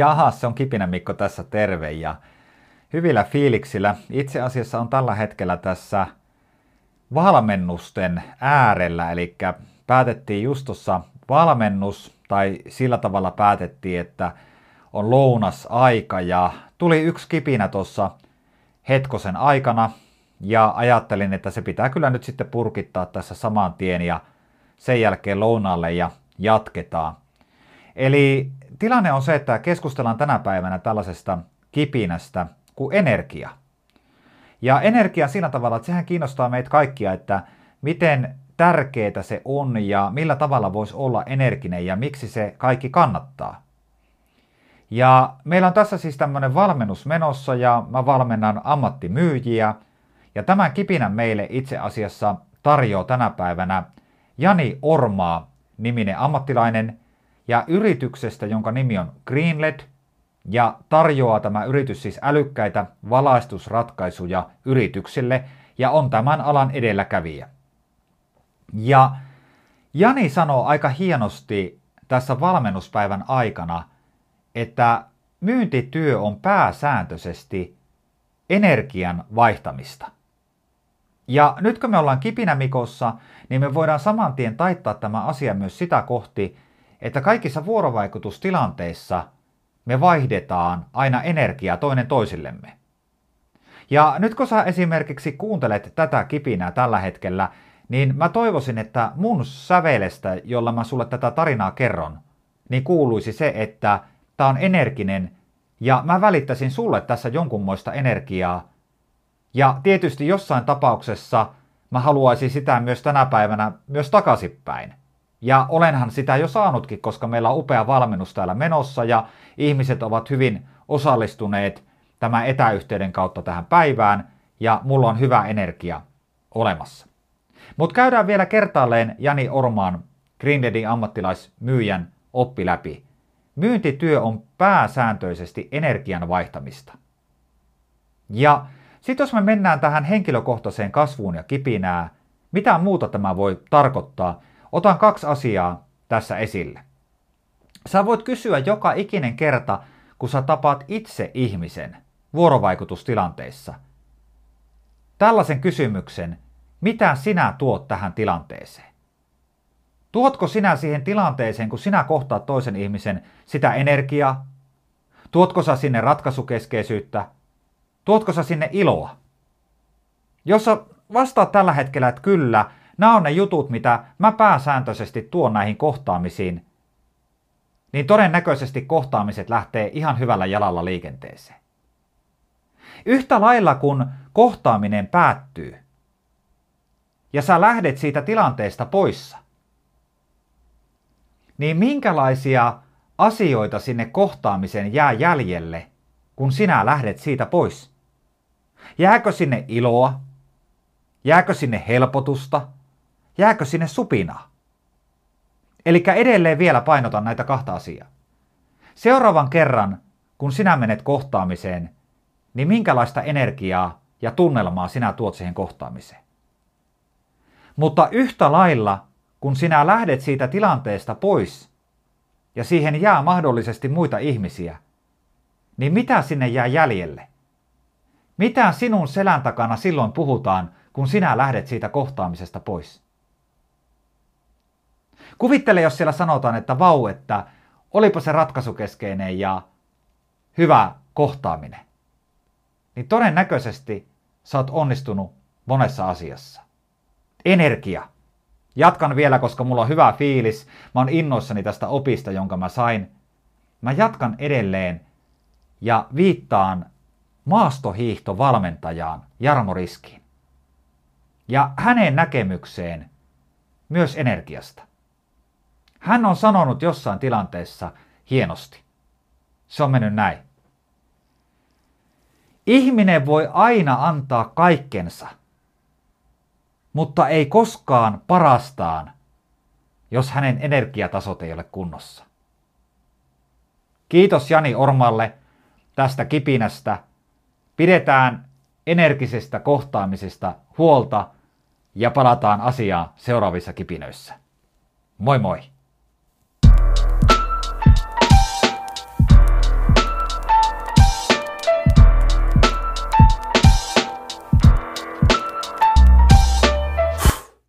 Jaha, se on Kipinä Mikko tässä, terve ja hyvillä fiiliksillä. Itse asiassa on tällä hetkellä tässä valmennusten äärellä, eli päätettiin just tuossa valmennus, tai sillä tavalla päätettiin, että on lounasaika ja tuli yksi kipinä tuossa hetkosen aikana ja ajattelin, että se pitää kyllä nyt sitten purkittaa tässä saman tien ja sen jälkeen lounaalle ja jatketaan. Eli tilanne on se, että keskustellaan tänä päivänä tällaisesta kipinästä kuin energia. Ja energia sillä tavalla, että sehän kiinnostaa meitä kaikkia, että miten tärkeää se on ja millä tavalla voisi olla energinen ja miksi se kaikki kannattaa. Ja meillä on tässä siis tämmöinen valmennus menossa ja mä valmennan ammattimyyjiä. Ja tämän kipinän meille itse asiassa tarjoaa tänä päivänä Jani Ormaa niminen ammattilainen ja yrityksestä, jonka nimi on Greenled. Ja tarjoaa tämä yritys siis älykkäitä valaistusratkaisuja yrityksille ja on tämän alan edelläkävijä. Ja Jani sanoo aika hienosti tässä valmennuspäivän aikana, että myyntityö on pääsääntöisesti energian vaihtamista. Ja nyt kun me ollaan Kipinä Mikossa, niin me voidaan saman tien taittaa tämä asia myös sitä kohti, että kaikissa vuorovaikutustilanteissa me vaihdetaan aina energiaa toinen toisillemme. Ja nyt kun sä esimerkiksi kuuntelet tätä kipinää tällä hetkellä, niin mä toivoisin, että mun sävelestä, jolla mä sulle tätä tarinaa kerron, niin kuuluisi se, että tää on energinen ja mä välittäisin sulle tässä jonkunmoista energiaa. Ja tietysti jossain tapauksessa mä haluaisin sitä myös tänä päivänä myös takaisinpäin. Ja olenhan sitä jo saanutkin, koska meillä on upea valmennus täällä menossa ja ihmiset ovat hyvin osallistuneet tämän etäyhteyden kautta tähän päivään ja mulla on hyvä energia olemassa. Mutta käydään vielä kertaalleen Jani Ormaan, Greenledin ammattilaismyyjän oppi läpi. Myyntityö on pääsääntöisesti energian vaihtamista. Ja sitten jos me mennään tähän henkilökohtaiseen kasvuun ja kipinään, mitä muuta tämä voi tarkoittaa, otan 2 asiaa tässä esille. Sä voit kysyä joka ikinen kerta, kun sä tapaat itse ihmisen vuorovaikutustilanteissa. Tällaisen kysymyksen, mitä sinä tuot tähän tilanteeseen? Tuotko sinä siihen tilanteeseen, kun sinä kohtaat toisen ihmisen, sitä energiaa? Tuotko sä sinne ratkaisukeskeisyyttä? Tuotko sä sinne iloa? Jos sä vastaat tällä hetkellä, että kyllä, nämä on ne jutut, mitä mä pääsääntöisesti tuon näihin kohtaamisiin, niin todennäköisesti kohtaamiset lähtee ihan hyvällä jalalla liikenteeseen. Yhtä lailla kun kohtaaminen päättyy ja sä lähdet siitä tilanteesta poissa, niin minkälaisia asioita sinne kohtaamiseen jää jäljelle, kun sinä lähdet siitä pois? Jääkö sinne iloa? Jääkö sinne helpotusta? Jääkö sinne supinaa? Eli edelleen vielä painotan näitä 2 asiaa. Seuraavan kerran, kun sinä menet kohtaamiseen, niin minkälaista energiaa ja tunnelmaa sinä tuot siihen kohtaamiseen? Mutta yhtä lailla, kun sinä lähdet siitä tilanteesta pois ja siihen jää mahdollisesti muita ihmisiä, niin mitä sinne jää jäljelle? Mitä sinun selän takana silloin puhutaan, kun sinä lähdet siitä kohtaamisesta pois? Kuvittele, jos siellä sanotaan, että vau, että olipa se ratkaisukeskeinen ja hyvä kohtaaminen. Niin todennäköisesti sä oot onnistunut monessa asiassa. Energia. Jatkan vielä, koska mulla on hyvä fiilis. Mä oon innoissani tästä opista, jonka mä sain. Mä jatkan edelleen ja viittaan maastohiihtovalmentajaan Jarmo Riskiin. Ja hänen näkemykseen myös energiasta. Hän on sanonut jossain tilanteessa hienosti. Se on mennyt näin. Ihminen voi aina antaa kaikkensa, mutta ei koskaan parastaan, jos hänen energiatasot ei ole kunnossa. Kiitos Jani Ormalle tästä kipinästä. Pidetään energisestä kohtaamisesta huolta ja palataan asiaan seuraavissa kipinöissä. Moi moi!